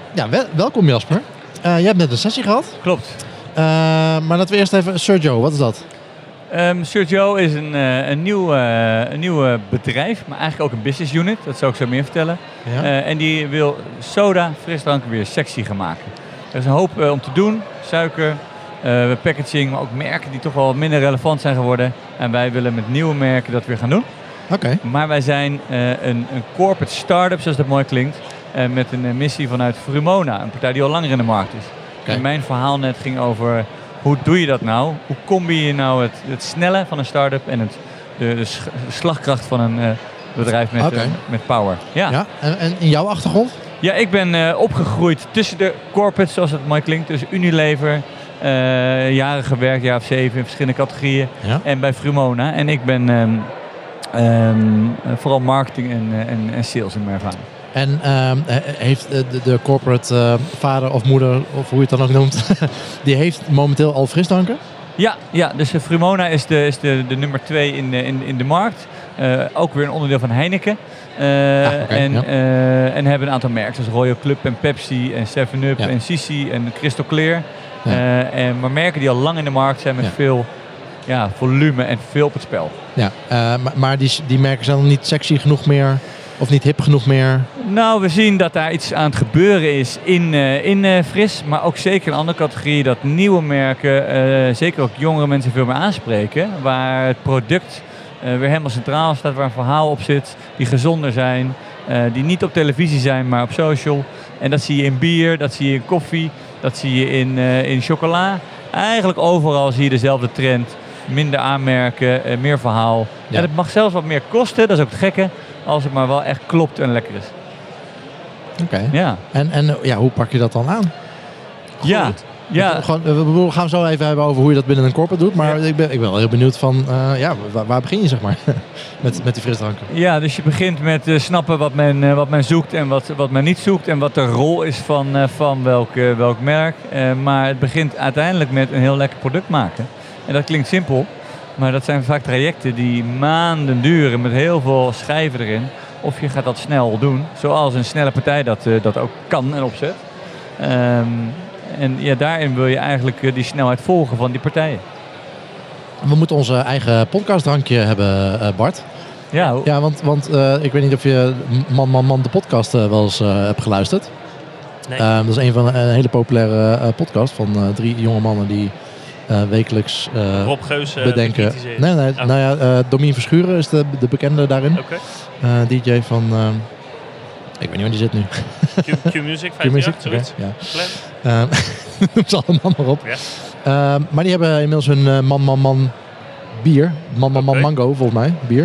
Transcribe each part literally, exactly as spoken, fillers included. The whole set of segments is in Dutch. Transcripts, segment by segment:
Ja, wel, welkom Jasper. Uh, jij hebt net een sessie gehad. Klopt. Uh, maar laten we eerst even... Sir Joe, wat is dat? Um, Sir Joe is een, uh, een, nieuw, uh, een nieuw bedrijf, maar eigenlijk ook een business unit. Dat zal ik zo meer vertellen. Ja. Uh, en die wil soda, frisdranken weer sexy gaan maken. Er is een hoop uh, om te doen. Suiker, uh, packaging, maar ook merken die toch wel minder relevant zijn geworden. En wij willen met nieuwe merken dat weer gaan doen. Oké. Okay. Maar wij zijn uh, een, een corporate start-up, zoals dat mooi klinkt. Uh, met een uh, missie vanuit Vrumona, een partij die al langer in de markt is. Okay. En mijn verhaal net ging over... Hoe doe je dat nou? Hoe combineer je nou het, het snelle van een start-up en het, de, de slagkracht van een uh, bedrijf met, okay. uh, met power? Ja. ja en, en in jouw achtergrond? Ja, ik ben uh, opgegroeid tussen de corporates, zoals het mooi klinkt. Dus Unilever, uh, jaren gewerkt, jaar of zeven in verschillende categorieën. Ja. En bij Vrumona. En ik ben um, um, vooral marketing en, uh, en, en sales in mijn ervaring. En uh, heeft de, de corporate uh, vader of moeder, of hoe je het dan ook noemt, die heeft momenteel al frisdranken? Ja, ja, dus uh, Vrumona is de, is de, de nummer twee in de, in, in de markt. Uh, ook weer een onderdeel van Heineken. Uh, ah, okay, en, ja. uh, en hebben een aantal merken, zoals Royal Club en Pepsi en seven up ja. en Sisi en Crystal Clear. Ja. Uh, en, maar merken die al lang in de markt zijn met ja. veel ja, volume en veel op het spel. Ja, uh, maar, maar die, die merken zijn nog niet sexy genoeg meer? Of niet hip genoeg meer? Nou, we zien dat daar iets aan het gebeuren is in, uh, in uh, fris. Maar ook zeker in andere categorieën dat nieuwe merken, uh, zeker ook jongere mensen veel meer aanspreken. Waar het product uh, weer helemaal centraal staat, waar een verhaal op zit. Die gezonder zijn, uh, die niet op televisie zijn, maar op social. En dat zie je in bier, dat zie je in koffie, dat zie je in, uh, in chocola. Eigenlijk overal zie je dezelfde trend. Minder aanmerken, uh, meer verhaal. Ja. En het mag zelfs wat meer kosten, dat is ook het gekke. Als het maar wel echt klopt en lekker is. Oké. Okay. Ja. En, en ja, hoe pak je dat dan aan? Goed. Ja. ja. Gewoon, we gaan zo even hebben over hoe je dat binnen een corporate doet. Maar ja. ik, ben, ik ben wel heel benieuwd van, uh, ja, waar, waar begin je zeg maar met, met die frisdranken? Ja, dus je begint met uh, snappen wat men, uh, wat men zoekt en wat, wat men niet zoekt. En wat de rol is van, uh, van welk, uh, welk merk. Uh, maar het begint uiteindelijk met een heel lekker product maken. En dat klinkt simpel. Maar dat zijn vaak trajecten die maanden duren met heel veel schijven erin. Of je gaat dat snel doen, zoals een snelle partij dat, uh, dat ook kan en opzet. Um, en ja, daarin wil je eigenlijk uh, die snelheid volgen van die partijen. We moeten onze eigen podcastdrankje hebben, uh, Bart. Ja, ja want, want uh, ik weet niet of je Man Man Man de podcast uh, wel eens uh, hebt geluisterd. Nee. Uh, dat is een van een, een hele populaire uh, podcast van uh, drie jonge mannen die... Uh, wekelijks uh, Rob Geus uh, bedenken. Nee, nee, oh. nou ja, uh, Domien Verschuren is de, de bekende daarin. Okay. Uh, D J van, uh, ik weet niet waar die zit nu. Q, Q-Music, vijftien jaar, zoiets. Okay, ja. Uh, noem ze allemaal maar op. Ja. Uh, maar die hebben inmiddels hun uh, Man Man Man bier. Man Man Man okay. Mango, volgens mij, bier.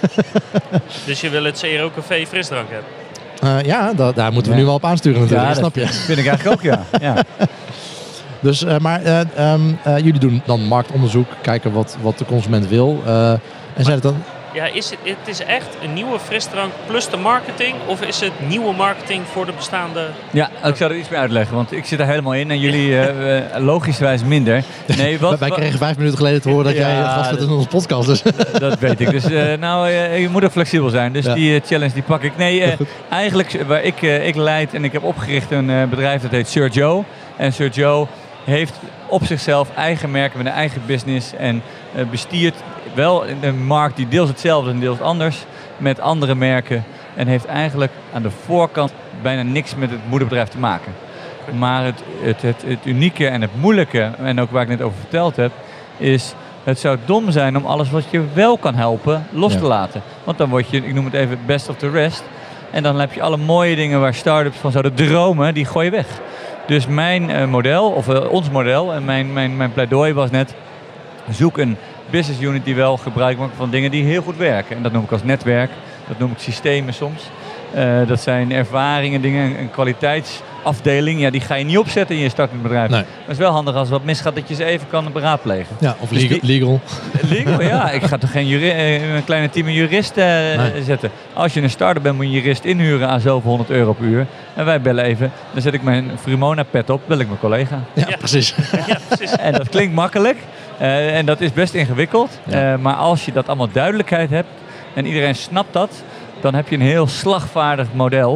Dus je wil het Zero Café frisdrank hebben? Uh, ja, da- daar moeten we ja. nu wel op aansturen natuurlijk, ja, snap je? Vind ik eigenlijk ook, ja. ja. Dus, uh, maar uh, um, uh, jullie doen dan marktonderzoek, kijken wat, wat de consument wil. Uh, en zijn het dan... Ja, is het, het is echt een nieuwe frisdrank plus de marketing? Of is het nieuwe marketing voor de bestaande... Ja, ik zou er iets meer uitleggen, want ik zit er helemaal in en jullie uh, uh, logischwijs minder. Nee, wat, Wij kregen vijf minuten geleden te horen dat ja, jij gast bent in onze podcast. Dus. Dat, dat weet ik. Dus uh, nou, uh, je moet ook flexibel zijn. Dus ja. die uh, challenge die pak ik. Nee, uh, eigenlijk waar ik, uh, ik leid en ik heb opgericht een uh, bedrijf dat heet Sir Joe. En Sir Joe heeft op zichzelf eigen merken met een eigen business en uh, bestiert wel de markt die deels hetzelfde en deels anders met andere merken en heeft eigenlijk aan de voorkant bijna niks met het moederbedrijf te maken. Maar het, het, het, het unieke en het moeilijke, en ook waar ik net over verteld heb, is het zou dom zijn om alles wat je wel kan helpen los ja. te laten. Want dan word je, ik noem het even, best of the rest. En dan heb je alle mooie dingen waar start-ups van zouden dromen, die gooi je weg. Dus mijn uh, model, of uh, ons model, en mijn, mijn, mijn pleidooi was net, zoek een business unit die wel gebruik maakt van dingen die heel goed werken. En dat noem ik als netwerk, dat noem ik systemen soms. Uh, dat zijn ervaringen, dingen, een kwaliteitsafdeling. Ja, die ga je niet opzetten in je startend bedrijf. Nee. Maar het is wel handig als er wat misgaat dat je ze even kan beraadplegen. Ja, of dus legal. Die, legal. Legal, ja. Ik ga toch geen juri- een kleine team juristen uh, nee. zetten. Als je een starter bent, moet je een jurist inhuren aan zoveel honderd euro per uur. En wij bellen even. Dan zet ik mijn Vrumona pet op, bel ik mijn collega. Ja, ja. precies. Ja, precies. En dat klinkt makkelijk. Uh, en dat is best ingewikkeld. Ja. Uh, maar als je dat allemaal duidelijkheid hebt en iedereen snapt dat, dan heb je een heel slagvaardig model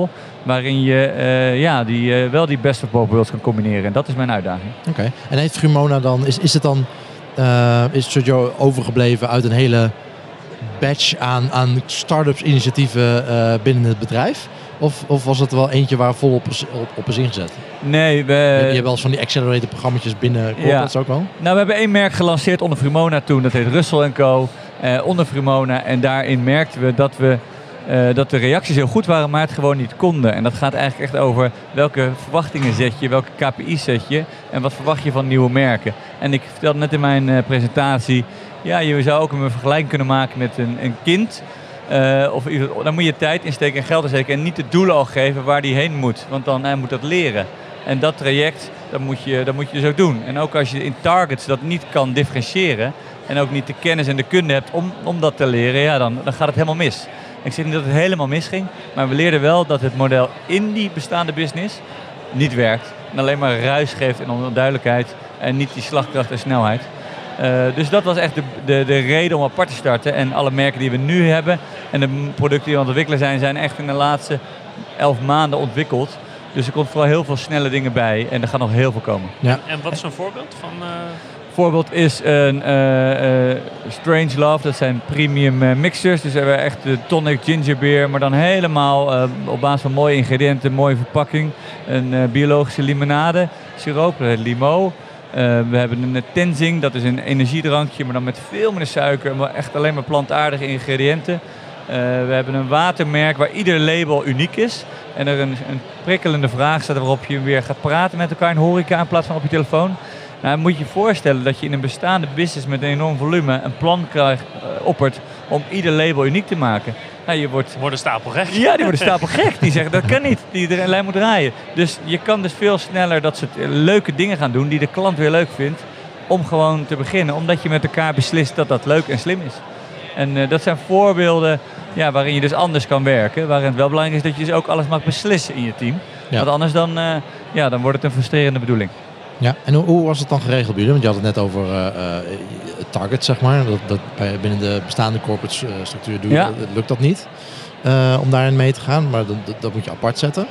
waarin je uh, ja, die, uh, wel die best of both worlds kan combineren. En dat is mijn uitdaging. Oké. Okay. En heeft Vrumona dan, is, is het dan, uh, is Sergio overgebleven uit een hele batch aan, aan start-ups initiatieven uh, binnen het bedrijf? Of, of was het wel eentje waar vol op, op, op is ingezet? Nee, we... Je, je hebt wel eens van die accelerator programma's binnen corporates ja. ook wel? Nou, we hebben één merk gelanceerd onder Vrumona toen. Dat heet Russell en Co. Uh, onder Vrumona. En daarin merkten we dat, we uh, dat de reacties heel goed waren, maar het gewoon niet konden. En dat gaat eigenlijk echt over welke verwachtingen zet je, welke K P I's zet je en wat verwacht je van nieuwe merken. En ik vertelde net in mijn uh, presentatie, ja, je zou ook een vergelijking kunnen maken met een, een kind. Uh, of, dan moet je tijd insteken en geld insteken en niet de doelen al geven waar die heen moet. Want dan uh, moet dat leren. En dat traject, dat moet, je, dat moet je dus ook doen. En ook als je in targets dat niet kan differentiëren en ook niet de kennis en de kunde hebt om, om dat te leren, ja, dan, dan gaat het helemaal mis. Ik zeg niet dat het helemaal misging, maar we leerden wel dat het model in die bestaande business niet werkt. En alleen maar ruis geeft en onduidelijkheid en niet die slagkracht en snelheid. Uh, dus dat was echt de, de, de reden om apart te starten. En alle merken die we nu hebben en de producten die we aan het ontwikkelen zijn, zijn echt in de laatste elf maanden ontwikkeld. Dus er komt vooral heel veel snelle dingen bij en er gaat nog heel veel komen. Ja. En wat is een voorbeeld van... Uh... Voorbeeld is een uh, uh, Strange Love, dat zijn premium uh, mixers. Dus we hebben echt de tonic ginger beer, maar dan helemaal uh, op basis van mooie ingrediënten, mooie verpakking. Een uh, biologische limonade, siroop, dat heet limo. Uh, we hebben een Tenzing, dat is een energiedrankje, maar dan met veel minder suiker, maar echt alleen maar plantaardige ingrediënten. Uh, we hebben een watermerk waar ieder label uniek is. En er een, een prikkelende vraag staat waarop je weer gaat praten met elkaar in horeca in plaats van op je telefoon. Nou, dan moet je je voorstellen dat je in een bestaande business met een enorm volume een plan krijgt, uh, oppert om ieder label uniek te maken. Nou, je wordt... worden stapelgek. Ja, die worden stapelgek. Die zeggen dat kan niet. Die de lijn moet draaien. Dus je kan dus veel sneller dat soort leuke dingen gaan doen die de klant weer leuk vindt. Om gewoon te beginnen. Omdat je met elkaar beslist dat dat leuk en slim is. En uh, dat zijn voorbeelden ja, waarin je dus anders kan werken. Waarin het wel belangrijk is dat je dus ook alles mag beslissen in je team. Ja. Want anders dan, uh, ja, dan wordt het een frustrerende bedoeling. Ja, en hoe, hoe was het dan geregeld bij jullie? Want je had het net over uh, uh, targets, zeg maar. Dat, dat bij, binnen de bestaande corporate structuur doe je, ja. lukt dat niet uh, om daarin mee te gaan. Maar dat, dat, dat moet je apart zetten.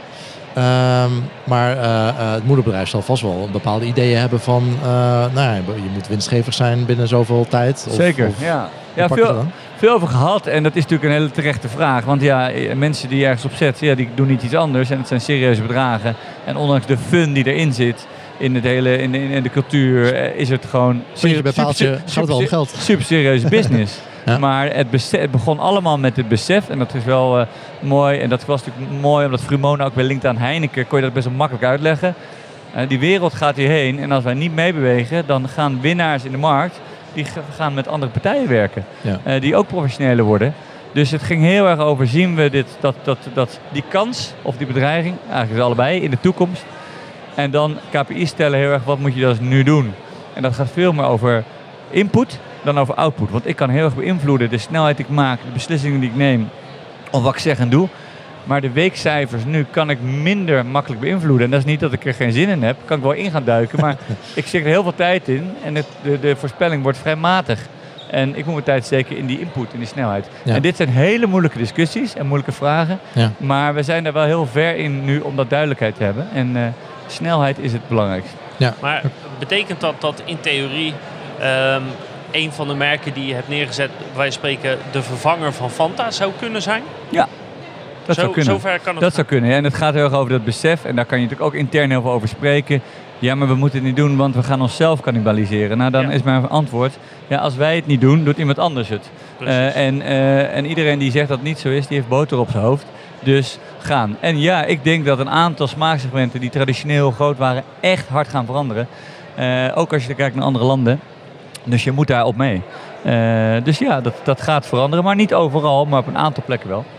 Um, maar uh, uh, het moederbedrijf zal vast wel bepaalde ideeën hebben van... Uh, nou ja, je moet winstgevig zijn binnen zoveel tijd. Of, Zeker, of, ja. ja veel, veel over gehad. En dat is natuurlijk een hele terechte vraag. Want ja, mensen die ergens op zetten, ja, die doen niet iets anders. En het zijn serieuze bedragen. En ondanks de fun die erin zit... In, het hele, in, de, in de cultuur is het gewoon super, bepaalt je, super, super, wel om geld. super serieuze business. Ja. Maar het, besef, het begon allemaal met het besef. En dat is wel uh, mooi. En dat was natuurlijk mooi omdat Vrumona ook weer linkt aan Heineken. Kon je dat best wel makkelijk uitleggen. Uh, die wereld gaat hierheen. En als wij niet meebewegen, dan gaan winnaars in de markt. Die gaan met andere partijen werken. Ja. Uh, die ook professioneler worden. Dus het ging heel erg over, zien we dit, dat, dat, dat, die kans of die bedreiging, eigenlijk allebei, in de toekomst. En dan K P I stellen heel erg, wat moet je dus nu doen? En dat gaat veel meer over input dan over output. Want ik kan heel erg beïnvloeden de snelheid die ik maak, de beslissingen die ik neem, of wat ik zeg en doe. Maar de weekcijfers nu kan ik minder makkelijk beïnvloeden. En dat is niet dat ik er geen zin in heb, kan ik wel in gaan duiken. Maar ik zit er heel veel tijd in en het, de, de voorspelling wordt vrij matig. En ik moet mijn tijd steken in die input, in die snelheid. Ja. En dit zijn hele moeilijke discussies en moeilijke vragen. Ja. Maar we zijn er wel heel ver in nu om dat duidelijkheid te hebben. En uh, snelheid is het belangrijkste. Ja. Maar betekent dat dat in theorie um, een van de merken die je hebt neergezet, wij spreken de vervanger van Fanta zou kunnen zijn? Ja. Dat Zo, zou kunnen. Zover kan het dat gaan. zou kunnen. Ja. En het gaat heel erg over dat besef. En daar kan je natuurlijk ook intern heel veel over spreken. Ja, maar we moeten het niet doen, want we gaan onszelf cannibaliseren. Nou, dan ja. is mijn antwoord, ja, als wij het niet doen, doet iemand anders het. Uh, en, uh, en iedereen die zegt dat het niet zo is, die heeft boter op zijn hoofd. Dus gaan. En ja, ik denk dat een aantal smaaksegmenten die traditioneel groot waren, echt hard gaan veranderen. Uh, ook als je kijkt naar andere landen. Dus je moet daar op mee. Uh, dus ja, dat, dat gaat veranderen. Maar niet overal, maar op een aantal plekken wel.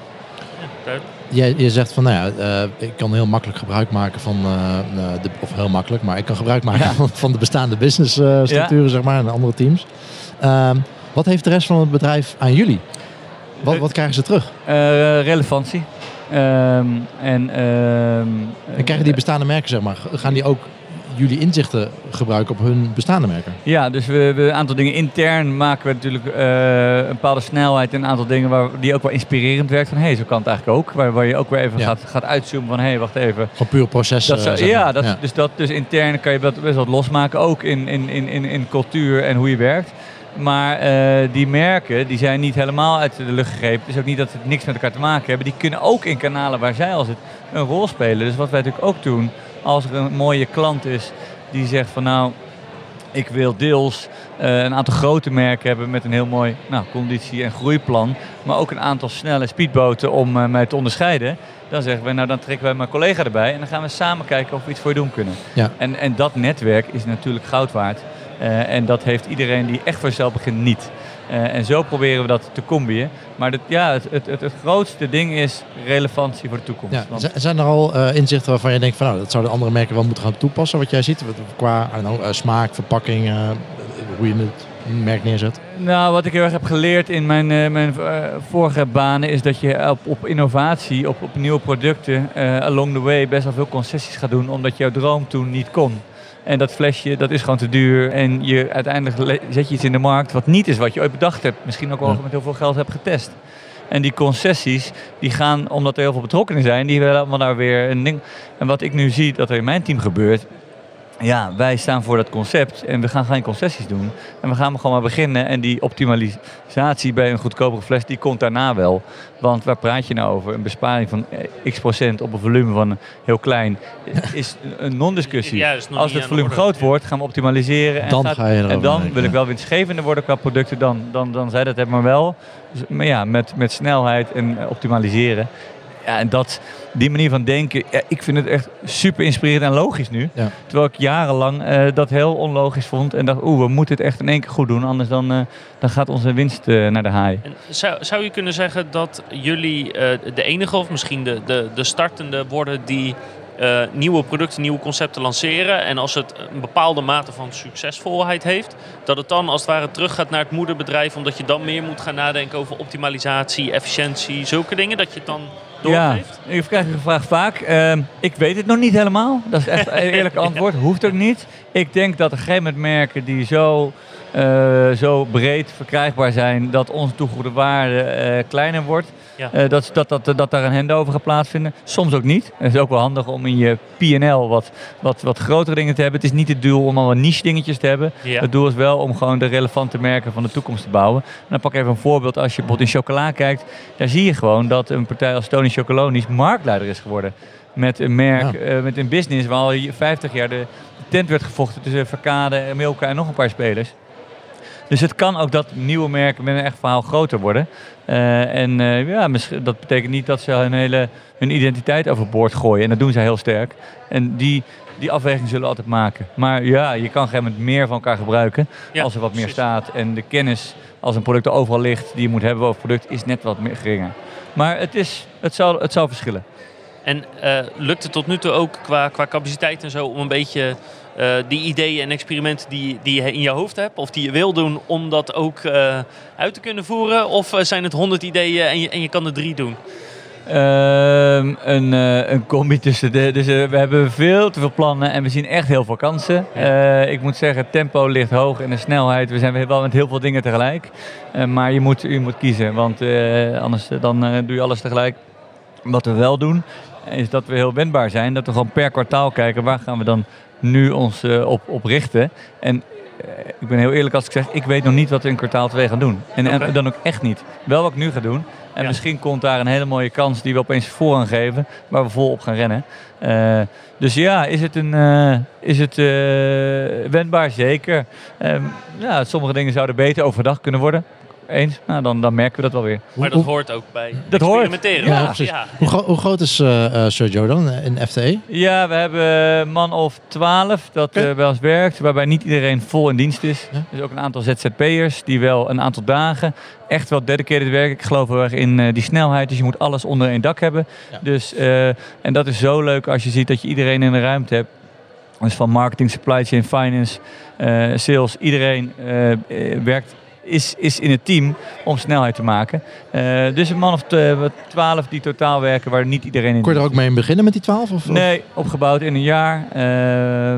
Ja, Je, je zegt van, nou ja, uh, ik kan heel makkelijk gebruik maken van, uh, de, of heel makkelijk, maar ik kan gebruik maken ja. van, van de bestaande business uh, structuren, ja. zeg maar, en de andere teams. Uh, wat heeft de rest van het bedrijf aan jullie? Wat, wat krijgen ze terug? Uh, relevantie. Um, en, um, en krijgen die bestaande merken, zeg maar, gaan die ook jullie inzichten gebruiken op hun bestaande merken. Ja, dus we, we een aantal dingen intern maken we natuurlijk uh, een bepaalde snelheid en een aantal dingen waar, die ook wel inspirerend werkt. Van hé, hey, zo kan het eigenlijk ook. Waar, waar je ook weer even ja. gaat, gaat uitzoomen van hé, hey, wacht even. Gewoon puur proces. Dat zo, uh, ja, dat, ja. Dus, dat, dus intern kan je dat best wat losmaken. Ook in, in, in, in, in cultuur en hoe je werkt. Maar uh, die merken die zijn niet helemaal uit de lucht gegrepen. Het is ook niet dat het niks met elkaar te maken hebben. Die kunnen ook in kanalen waar zij al zitten een rol spelen. Dus wat wij natuurlijk ook doen, als er een mooie klant is die zegt van nou, ik wil deels uh, een aantal grote merken hebben met een heel mooi nou, conditie- en groeiplan. Maar ook een aantal snelle speedboten om uh, mij te onderscheiden. Dan zeggen we, nou dan trekken wij mijn collega erbij en dan gaan we samen kijken of we iets voor je doen kunnen. Ja. En, en dat netwerk is natuurlijk goud waard. Uh, en dat heeft iedereen die echt voor zichzelf begint niet. Uh, en zo proberen we dat te combineren. Maar dit, ja, het, het, het, het grootste ding is relevantie voor de toekomst. Ja, want zijn er al uh, inzichten waarvan je denkt van nou, dat zouden andere merken wel moeten gaan toepassen, wat jij ziet? Qua I don't know, uh, smaak, verpakking, uh, hoe je het merk neerzet? Nou, wat ik heel erg heb geleerd in mijn, uh, mijn uh, vorige banen is dat je op, op innovatie, op, op nieuwe producten, uh, along the way best wel veel concessies gaat doen, omdat jouw droom toen niet kon. En dat flesje, dat is gewoon te duur. En je, uiteindelijk zet je iets in de markt wat niet is wat je ooit bedacht hebt. Misschien ook wel ja. met heel veel geld hebt getest. En die concessies, die gaan, omdat er heel veel betrokkenen zijn, die willen allemaal daar weer een ding. En wat ik nu zie dat er in mijn team gebeurt, ja, wij staan voor dat concept en we gaan geen concessies doen. En we gaan gewoon maar beginnen en die optimalisatie bij een goedkopere fles, die komt daarna wel. Want waar praat je nou over? Een besparing van x procent op een volume van heel klein is een non-discussie. Ja, als het volume groot wordt, gaan we optimaliseren. En, dan gaat, ga je en dan werken. wil ik wel winstgevender worden qua producten, dan, dan, dan zij dat hebben, maar wel. Dus, maar ja, met, met snelheid en optimaliseren. Ja, en dat, die manier van denken, ja, ik vind het echt super inspirerend en logisch nu. Ja. Terwijl ik jarenlang uh, dat heel onlogisch vond en dacht, oeh, we moeten het echt in één keer goed doen, anders dan, uh, dan gaat onze winst uh, naar de haai. En zou, zou je kunnen zeggen dat jullie uh, de enige of misschien de, de, de startende worden die uh, nieuwe producten, nieuwe concepten lanceren en als het een bepaalde mate van succesvolheid heeft, dat het dan als het ware terug gaat naar het moederbedrijf, omdat je dan meer moet gaan nadenken over optimalisatie, efficiëntie, zulke dingen, dat je het dan doorgeeft? Ja, ik krijg de vraag vaak. Uh, ik weet het nog niet helemaal. Dat is echt een eerlijke antwoord. Hoeft ook niet. Ik denk dat er op een gegeven moment merken die zo, uh, zo breed verkrijgbaar zijn dat onze toegevoegde waarde uh, kleiner wordt. Ja. Uh, dat, dat, dat, dat daar een handover gaat plaatsvinden. Soms ook niet. Het is ook wel handig om in je P en L wat, wat, wat grotere dingen te hebben. Het is niet het doel om al wat niche dingetjes te hebben. Ja. Het doel is wel om gewoon de relevante merken van de toekomst te bouwen. En dan pak ik even een voorbeeld. Als je bijvoorbeeld in chocola kijkt, daar zie je gewoon dat een partij als Tony Chocolonely marktleider is geworden. Met een merk, ja. uh, met een business waar al vijftig jaar de tent werd gevochten tussen Verkade, Milka en nog een paar spelers. Dus het kan ook dat nieuwe merken met een echt verhaal groter worden. Uh, en uh, ja, dat betekent niet dat ze hun hele hun identiteit overboord gooien. En dat doen ze heel sterk. En die, die afweging zullen we altijd maken. Maar ja, je kan op een gegeven moment meer van elkaar gebruiken. Ja, als er wat meer precies. staat. En de kennis, als een product er overal ligt, die je moet hebben over het product, is net wat meer geringer. Maar het, is, het, zal, het zal verschillen. En uh, lukt het tot nu toe ook qua, qua capaciteit en zo om een beetje uh, die ideeën en experimenten die, die je in je hoofd hebt of die je wil doen, om dat ook uh, uit te kunnen voeren? Of uh, zijn het honderd ideeën en je, en je kan er drie doen? Uh, een, uh, een combi tussen de... Dus uh, we hebben veel te veel plannen en we zien echt heel veel kansen. Uh, ik moet zeggen, het tempo ligt hoog en de snelheid. We zijn wel met heel veel dingen tegelijk. Uh, maar je moet, je moet kiezen, want uh, anders uh, dan uh, doe je alles tegelijk. Wat we wel doen, is dat we heel wendbaar zijn. Dat we gewoon per kwartaal kijken, waar gaan we dan nu ons uh, op, op richten. En uh, ik ben heel eerlijk als ik zeg, ik weet nog niet wat we in kwartaal twee gaan doen. En, okay. en dan ook echt niet. Wel wat ik nu ga doen. En ja. misschien komt daar een hele mooie kans die we opeens voorrang geven, waar we vol op gaan rennen. Uh, dus ja, is het, een, uh, is het uh, wendbaar? Zeker. Um, ja, sommige dingen zouden beter overdag kunnen worden. Eens, nou, dan, dan merken we dat wel weer. Maar dat hoort ook bij dat experimenteren. Hoort. Ja, precies. Ja. Hoe, gro- hoe groot is uh, uh, Sergio dan in F T E? Ja, we hebben een man of twaalf dat uh, bij ons werkt, waarbij niet iedereen vol in dienst is. Ja. Dus ook een aantal Z Z P'ers die wel een aantal dagen echt wel dedicated werken. Ik geloof heel erg in uh, die snelheid, dus je moet alles onder één dak hebben. Ja. Dus, uh, en dat is zo leuk als je ziet dat je iedereen in de ruimte hebt. Dus van marketing, supply chain, finance, uh, sales, iedereen uh, uh, werkt Is, is in het team om snelheid te maken. Uh, dus een man of twaalf die totaal werken waar niet iedereen in. Kon je er ook mee beginnen met die twaalf? Of, nee, opgebouwd in een jaar. Uh,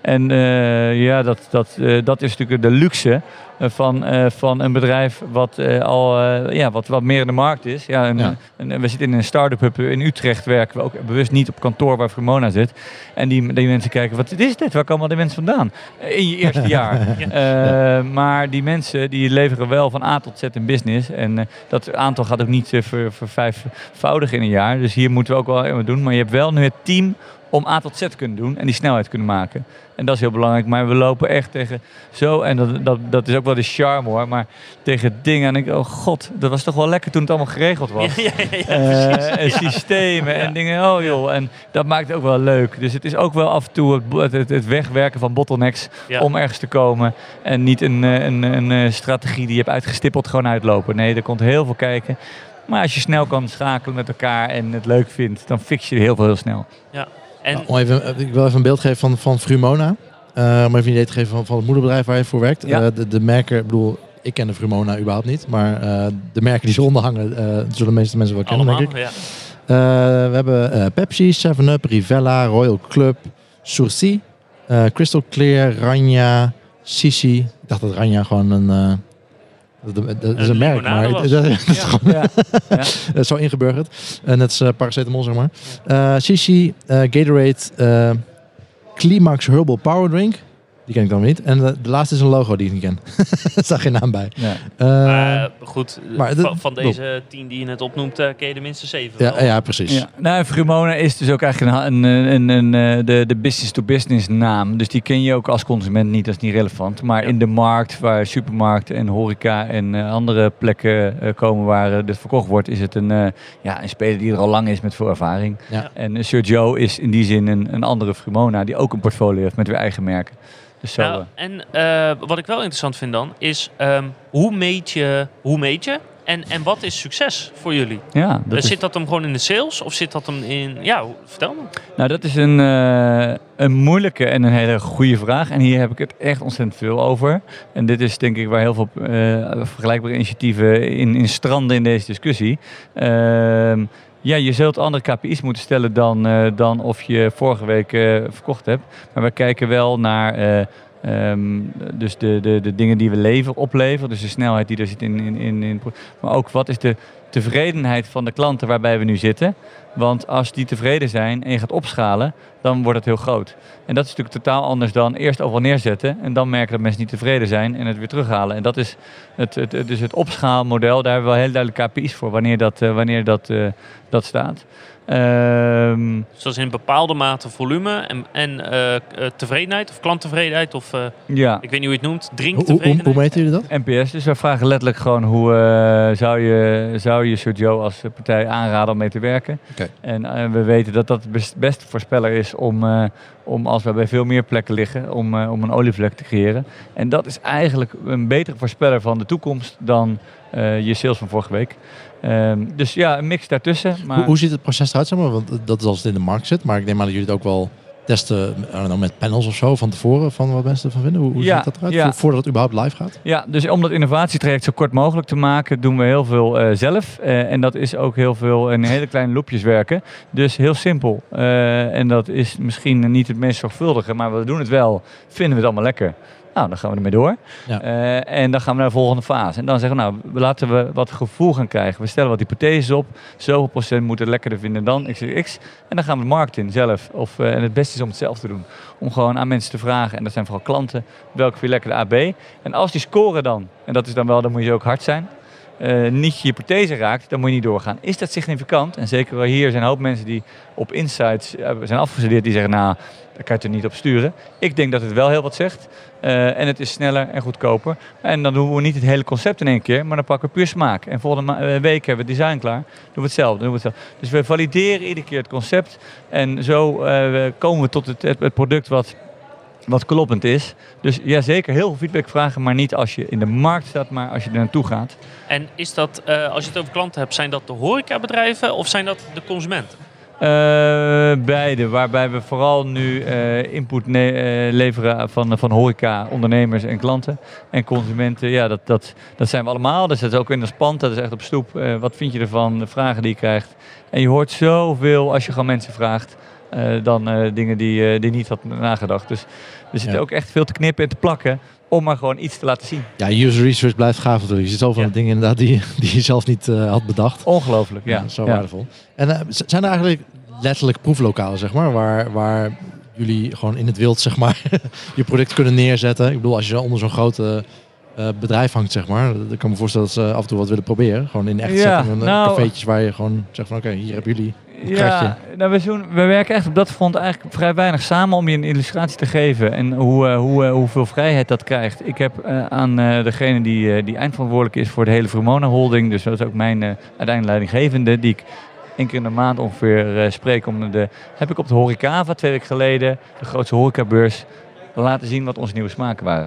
En uh, ja, dat, dat, uh, dat is natuurlijk de luxe uh, van, uh, van een bedrijf wat uh, al uh, ja, wat, wat meer in de markt is. Ja, en, ja. En, en we zitten in een start-up hub in Utrecht, werken we ook bewust niet op kantoor waar Vrumona zit. En die, die mensen kijken, wat is dit? Waar komen die mensen vandaan? In je eerste jaar. ja. uh, maar die mensen die leveren wel van A tot Z in business. En uh, dat aantal gaat ook niet uh, ver, vervijfvoudigen in een jaar. Dus hier moeten we ook wel wat doen. Maar je hebt wel nu het team om A tot Z te kunnen doen en die snelheid kunnen maken. En dat is heel belangrijk. Maar we lopen echt tegen zo, en dat, dat, dat is ook wel de charme hoor, maar tegen dingen. En ik denk, oh god, dat was toch wel lekker toen het allemaal geregeld was. Ja, ja, ja, ja, uh, en systemen ja. en dingen, oh joh. En dat maakt het ook wel leuk. Dus het is ook wel af en toe het, het, het wegwerken van bottlenecks ja. om ergens te komen. En niet een, een, een, een strategie die je hebt uitgestippeld gewoon uitlopen. Nee, er komt heel veel kijken. Maar als je snel kan schakelen met elkaar en het leuk vindt, dan fix je heel veel heel snel. Ja. En nou, even, ik wil even een beeld geven van, van Vrumona. Uh, om even een idee te geven van, van het moederbedrijf waar je voor werkt. Ja. Uh, de, de merken, ik bedoel, ik ken de Vrumona überhaupt niet. Maar uh, de merken die eronder hangen, uh, zullen de meeste mensen wel kennen, allemaal, denk ik. Ja. Uh, we hebben uh, Pepsi, seven up, Rivella, Royal Club, Sourcy, uh, Crystal Clear, Ranja, Sisi. Ik dacht dat Ranja gewoon een... Uh, Dat, dat, dat is een merk, maar dat, dat is ja, gewoon ja, ja. dat is zo ingeburgerd. En net is uh, paracetamol, zeg maar. Uh, Sisi, uh, Gatorade, uh, Climax Herbal Power Drink. Die ken ik dan niet. En de, de laatste is een logo die ik niet ken. Er staat geen naam bij. Ja. Uh, maar goed, maar van, van deze tien die je net opnoemt, uh, ken je er minstens zeven. Ja, ja, precies. Ja. Nou, Vrumona is dus ook eigenlijk een, een, een, een, de, de business-to-business naam. Dus die ken je ook als consument niet, dat is niet relevant. Maar ja. in de markt, waar supermarkten en horeca en uh, andere plekken uh, komen waar uh, dit verkocht wordt, is het een, uh, ja, een speler die er al lang is met veel ervaring. Ja. En uh, Sir Joe is in die zin een, een andere Vrumona die ook een portfolio heeft met weer eigen merken. Dus zo, nou, en uh, wat ik wel interessant vind dan, is um, hoe meet je, hoe meet je en, en wat is succes voor jullie? Ja, dat uh, zit is... dat hem gewoon in de sales of zit dat hem in, ja, vertel me. Nou, dat is een, uh, een moeilijke en een hele goede vraag en hier heb ik het echt ontzettend veel over. En dit is denk ik waar heel veel uh, vergelijkbare initiatieven in, in stranden in deze discussie. Uh, Ja, je zult andere K P I's moeten stellen dan, uh, dan of je vorige week uh, verkocht hebt. Maar we kijken wel naar uh, um, dus de, de, de dingen die we leveren, opleveren. Dus de snelheid die er zit in, in, in, in. Maar ook wat is de tevredenheid van de klanten waarbij we nu zitten. Want als die tevreden zijn en je gaat opschalen, dan wordt het heel groot. En dat is natuurlijk totaal anders dan eerst overal neerzetten en dan merken dat mensen niet tevreden zijn en het weer terughalen. En dat is het, het, het, dus het opschaalmodel, daar hebben we wel heel duidelijk K P I's voor wanneer dat, uh, wanneer dat, uh, dat staat. Um, dus dat is in een bepaalde mate volume en, en uh, tevredenheid of klanttevredenheid of uh, ja. ik weet niet hoe je het noemt, drinktevredenheid. Hoe, hoe, hoe meten jullie dat? N P S, dus we vragen letterlijk gewoon hoe uh, zou je, zou je Sir Joe als partij aanraden om mee te werken. Okay. En uh, we weten dat dat de beste voorspeller is om, uh, om als we bij veel meer plekken liggen, om, uh, om een olievlek te creëren. En dat is eigenlijk een betere voorspeller van de toekomst dan uh, je sales van vorige week. Um, dus ja, een mix daartussen. Maar... Hoe, hoe ziet het proces eruit? Zeg maar? Want dat is als het in de markt zit. Maar ik neem aan dat jullie het ook wel testen know, met panels of zo van tevoren van wat mensen ervan vinden. Hoe, hoe ja, ziet dat eruit? Ja. Voordat het überhaupt live gaat? Ja, dus om dat innovatietraject zo kort mogelijk te maken, doen we heel veel uh, zelf. Uh, en dat is ook heel veel in hele kleine loopjes werken. Dus heel simpel. Uh, en dat is misschien niet het meest zorgvuldige, maar we doen het wel. Vinden we het allemaal lekker. Nou, dan gaan we ermee door. Ja. Uh, en dan gaan we naar de volgende fase. En dan zeggen we, nou, laten we wat gevoel gaan krijgen. We stellen wat hypotheses op. Zoveel procent moet het lekkerder vinden dan X X. En dan gaan we de markt in zelf. Of, uh, en het beste is om het zelf te doen. Om gewoon aan mensen te vragen, en dat zijn vooral klanten, welke vind je lekkerder A B? En als die scoren dan, en dat is dan wel, dan moet je ook hard zijn, Uh, niet je hypothese raakt, dan moet je niet doorgaan. Is dat significant? En zeker wel hier zijn een hoop mensen die op insights uh, zijn afgestudeerd, die zeggen, nou, daar kan je het er niet op sturen. Ik denk dat het wel heel wat zegt. Uh, en het is sneller en goedkoper. En dan doen we niet het hele concept in één keer, maar dan pakken we puur smaak. En volgende ma- week hebben we het design klaar. Doen we hetzelfde. Doen we hetzelfde. Dus we valideren iedere keer het concept. En zo uh, komen we tot het, het, het product wat... wat kloppend is. Dus ja, zeker heel veel feedback vragen, maar niet als je in de markt staat, maar als je er naartoe gaat. En is dat, uh, als je het over klanten hebt, zijn dat de horecabedrijven of zijn dat de consumenten? Uh, beide, waarbij we vooral nu uh, input ne- uh, leveren van, van horeca, ondernemers en klanten. En consumenten, ja, dat, dat, dat zijn we allemaal. Dus dat is ook in ons pand, dat is echt op stoep. Uh, wat vind je ervan, de vragen die je krijgt. En je hoort zoveel als je gewoon mensen vraagt. uh, dan uh, dingen die, uh, die niet had nagedacht. Dus er zit ja. ook echt veel te knippen en te plakken om maar gewoon iets te laten zien. Ja, user research blijft gaaf natuurlijk. Je ziet zoveel ja. dingen inderdaad die, die je zelf niet uh, had bedacht. Ongelooflijk, ja. ja zo ja. waardevol. En uh, zijn er eigenlijk letterlijk proeflokalen, zeg maar, waar, waar jullie gewoon in het wild, zeg maar, je product kunnen neerzetten? Ik bedoel, als je onder zo'n grote uh, bedrijf hangt, zeg maar, dan kan ik me voorstellen dat ze af en toe wat willen proberen. Gewoon in echt ja, setting, nou, cafeetjes waar je gewoon zegt van, oké, okay, hier hebben jullie een ja, nou, we, doen, we werken echt op dat front eigenlijk vrij weinig samen om je een illustratie te geven en hoe, uh, hoe, uh, hoeveel vrijheid dat krijgt. Ik heb uh, aan uh, degene die, uh, die eindverantwoordelijk is voor de hele Vrumona Holding, dus dat is ook mijn uh, uiteindelijk leidinggevende, die ik één keer in de maand ongeveer uh, spreek om de, heb ik op de Horecava twee weken geleden, de grootste horecabeurs, laten zien wat onze nieuwe smaken waren.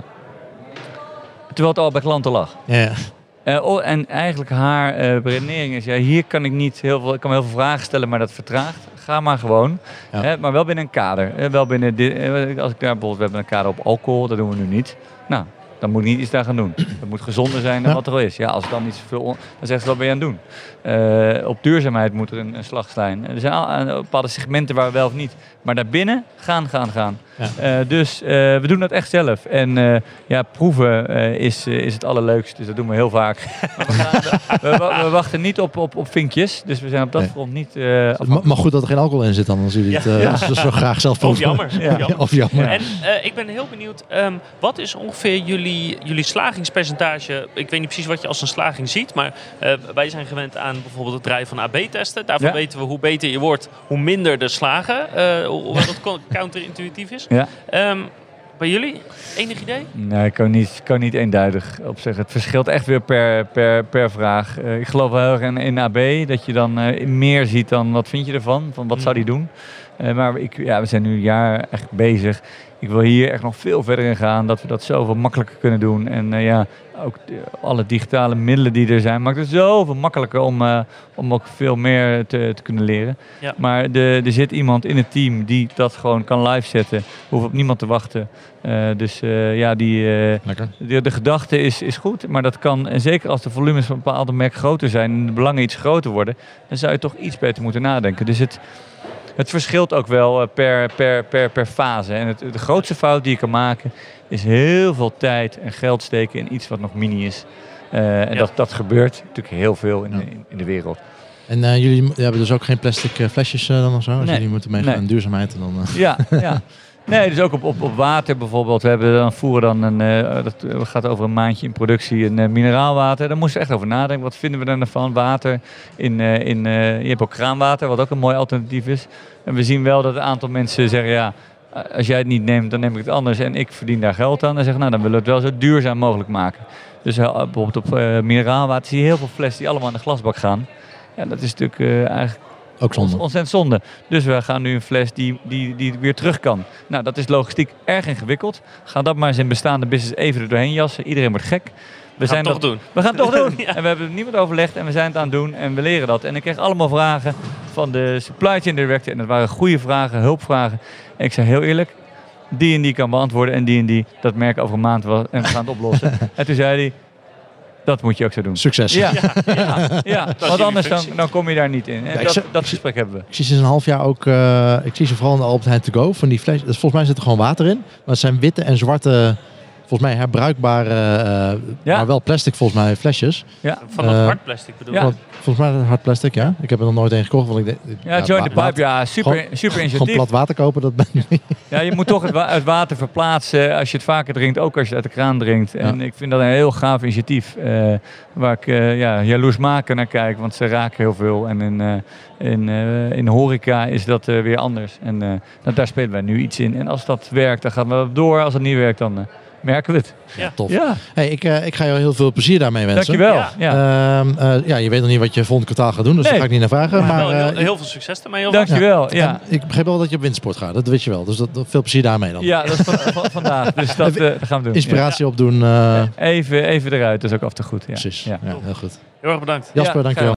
Terwijl het al bij klanten lag. Ja. Uh, oh, en eigenlijk haar uh, beredenering is, ja, hier kan ik niet heel veel, ik kan heel veel vragen stellen, maar dat vertraagt. Ga maar gewoon, ja. hè, maar wel binnen een kader. Uh, wel binnen dit, uh, als ik daar bijvoorbeeld, we hebben een kader op alcohol, dat doen we nu niet. Nou, dan moet ik niet iets daar gaan doen. Het moet gezonder zijn dan ja. wat er al is. Ja, als het dan niet zoveel, on- dan zegt ze, wat ben je aan het doen? Uh, op duurzaamheid moet er een, een slaglijn. Er zijn al, uh, bepaalde segmenten waar we wel of niet. Maar daarbinnen gaan, gaan, gaan. Ja. Uh, dus uh, we doen dat echt zelf. En uh, ja, proeven uh, is, uh, is het allerleukst. Dus dat doen we heel vaak. Maar we, gaan, we, we, we wachten niet op, op, op vinkjes. Dus we zijn op dat nee. front niet... Uh, maar goed dat er geen alcohol in zit dan. Als jullie ja. het uh, ja. als zo graag zelf proeven. Of jammer. Ja. Ja. Of jammer. Ja. En uh, ik ben heel benieuwd. Um, wat is ongeveer jullie, jullie slagingspercentage? Ik weet niet precies wat je als een slaging ziet. Maar uh, wij zijn gewend aan bijvoorbeeld het draaien van A B testen. Daarvan ja. weten we hoe beter je wordt, hoe minder de slagen. Uh, hoewel dat counterintuïtief is. Ja. Um, bij jullie? Enig idee? Nee, ik kan niet, kan niet eenduidig op zeggen. Het verschilt echt weer per, per, per vraag. Uh, ik geloof wel heel erg in, in A B dat je dan uh, meer ziet dan wat vind je ervan? Van wat mm. zou die doen? Uh, maar ik, ja, we zijn nu een jaar echt bezig. Ik wil hier echt nog veel verder in gaan. Dat we dat zoveel makkelijker kunnen doen. En uh, ja, ook de, alle digitale middelen die er zijn, maakt het zoveel makkelijker om, uh, om ook veel meer te, te kunnen leren. Ja. Maar de, er zit iemand in het team die dat gewoon kan live zetten. Hoeft op niemand te wachten. Uh, dus uh, ja, die, uh, de, de gedachte is, is goed. Maar dat kan, en zeker als de volumes van een bepaalde merk groter zijn en de belangen iets groter worden, dan zou je toch iets beter moeten nadenken. Dus het... Het verschilt ook wel per, per, per, per fase. En het, de grootste fout die je kan maken is heel veel tijd en geld steken in iets wat nog mini is. Uh, en ja. dat, dat gebeurt natuurlijk heel veel in, ja. in, in de wereld. En uh, jullie hebben dus ook geen plastic uh, flesjes uh, dan of zo? Als nee. jullie moeten meegaan nee. aan duurzaamheid? En dan, uh... Ja, ja. Nee, dus ook op, op, op water bijvoorbeeld. We hebben dan voeren dan een, uh, dat gaat over een maandje in productie, een uh, mineraalwater. Daar moesten we echt over nadenken. Wat vinden we dan van water? In, uh, in, uh, je hebt ook kraanwater, wat ook een mooi alternatief is. En we zien wel dat een aantal mensen zeggen, ja, als jij het niet neemt, dan neem ik het anders. En ik verdien daar geld aan. Dan zeggen, nou, dan willen we het wel zo duurzaam mogelijk maken. Dus uh, bijvoorbeeld op uh, mineraalwater zie je heel veel flessen die allemaal in de glasbak gaan. Ja, dat is natuurlijk uh, eigenlijk... Ook zonde. Ontzettend zonde. Dus we gaan nu een fles die, die, die weer terug kan. Nou, dat is logistiek erg ingewikkeld. Ga dat maar eens in bestaande business even er doorheen jassen. Iedereen wordt gek. We gaan zijn het toch dat, doen. We gaan het toch doen. Ja. En we hebben niemand overlegd en we zijn het aan het doen en we leren dat. En ik kreeg allemaal vragen van de supply chain director. En dat waren goede vragen, hulpvragen. En ik zei heel eerlijk, die en die kan beantwoorden en die en die. Dat merk over een maand was en we gaan het oplossen. En toen zei hij, dat moet je ook zo doen. Succes. Ja, ja, ja, ja. Want anders dan, dan kom je daar niet in. En ja, dat, ze, dat gesprek hebben we. Ik zie sinds een half jaar ook, uh, ik zie ze vooral in de Albert Heijn To Go, van die fles. Dus volgens mij zit er gewoon water in. Maar het zijn witte en zwarte, volgens mij herbruikbare, uh, ja. maar wel plastic volgens mij flesjes. Ja. Van dat uh, hard plastic bedoel je? Ja. Volgens mij hard plastic, ja. Ik heb er nog nooit een gekocht. Want ik de, ja, Join the Pipe, ja. Super, gewoon, super initiatief. Gewoon plat water kopen, dat ben ik niet. Ja, je moet toch het, wa- het water verplaatsen als je het vaker drinkt. Ook als je het uit de kraan drinkt. Ja. En ik vind dat een heel gaaf initiatief. Uh, waar ik uh, ja, jaloersmakend naar kijk. Want ze raken heel veel. En in, uh, in, uh, in horeca is dat uh, weer anders. En uh, nou, daar spelen wij nu iets in. En als dat werkt, dan gaan we door. Als het niet werkt, dan... Uh, merken we het. Ja, tof. Ja. Hey, ik, uh, ik ga jou heel veel plezier daarmee wensen. Dankjewel. Ja. Ja. Uh, uh, ja, je weet nog niet wat je volgende kwartaal gaat doen, dus nee. daar ga ik niet naar vragen. Ja, maar, uh, heel, uh, heel veel succes ermee. Dankjewel. Ja. Ja. Ik begreep wel dat je op windsport gaat, dat weet je wel. Dus dat, dat, veel plezier daarmee dan. Ja, dat is van, van, vandaag. Dus dat, uh, dat gaan we doen. Inspiratie ja. opdoen. Uh... Even, even eruit, dat is ook af en toe goed. Ja. Precies, ja. Ja, heel goed. Heel erg bedankt. Jasper, ja, dankjewel.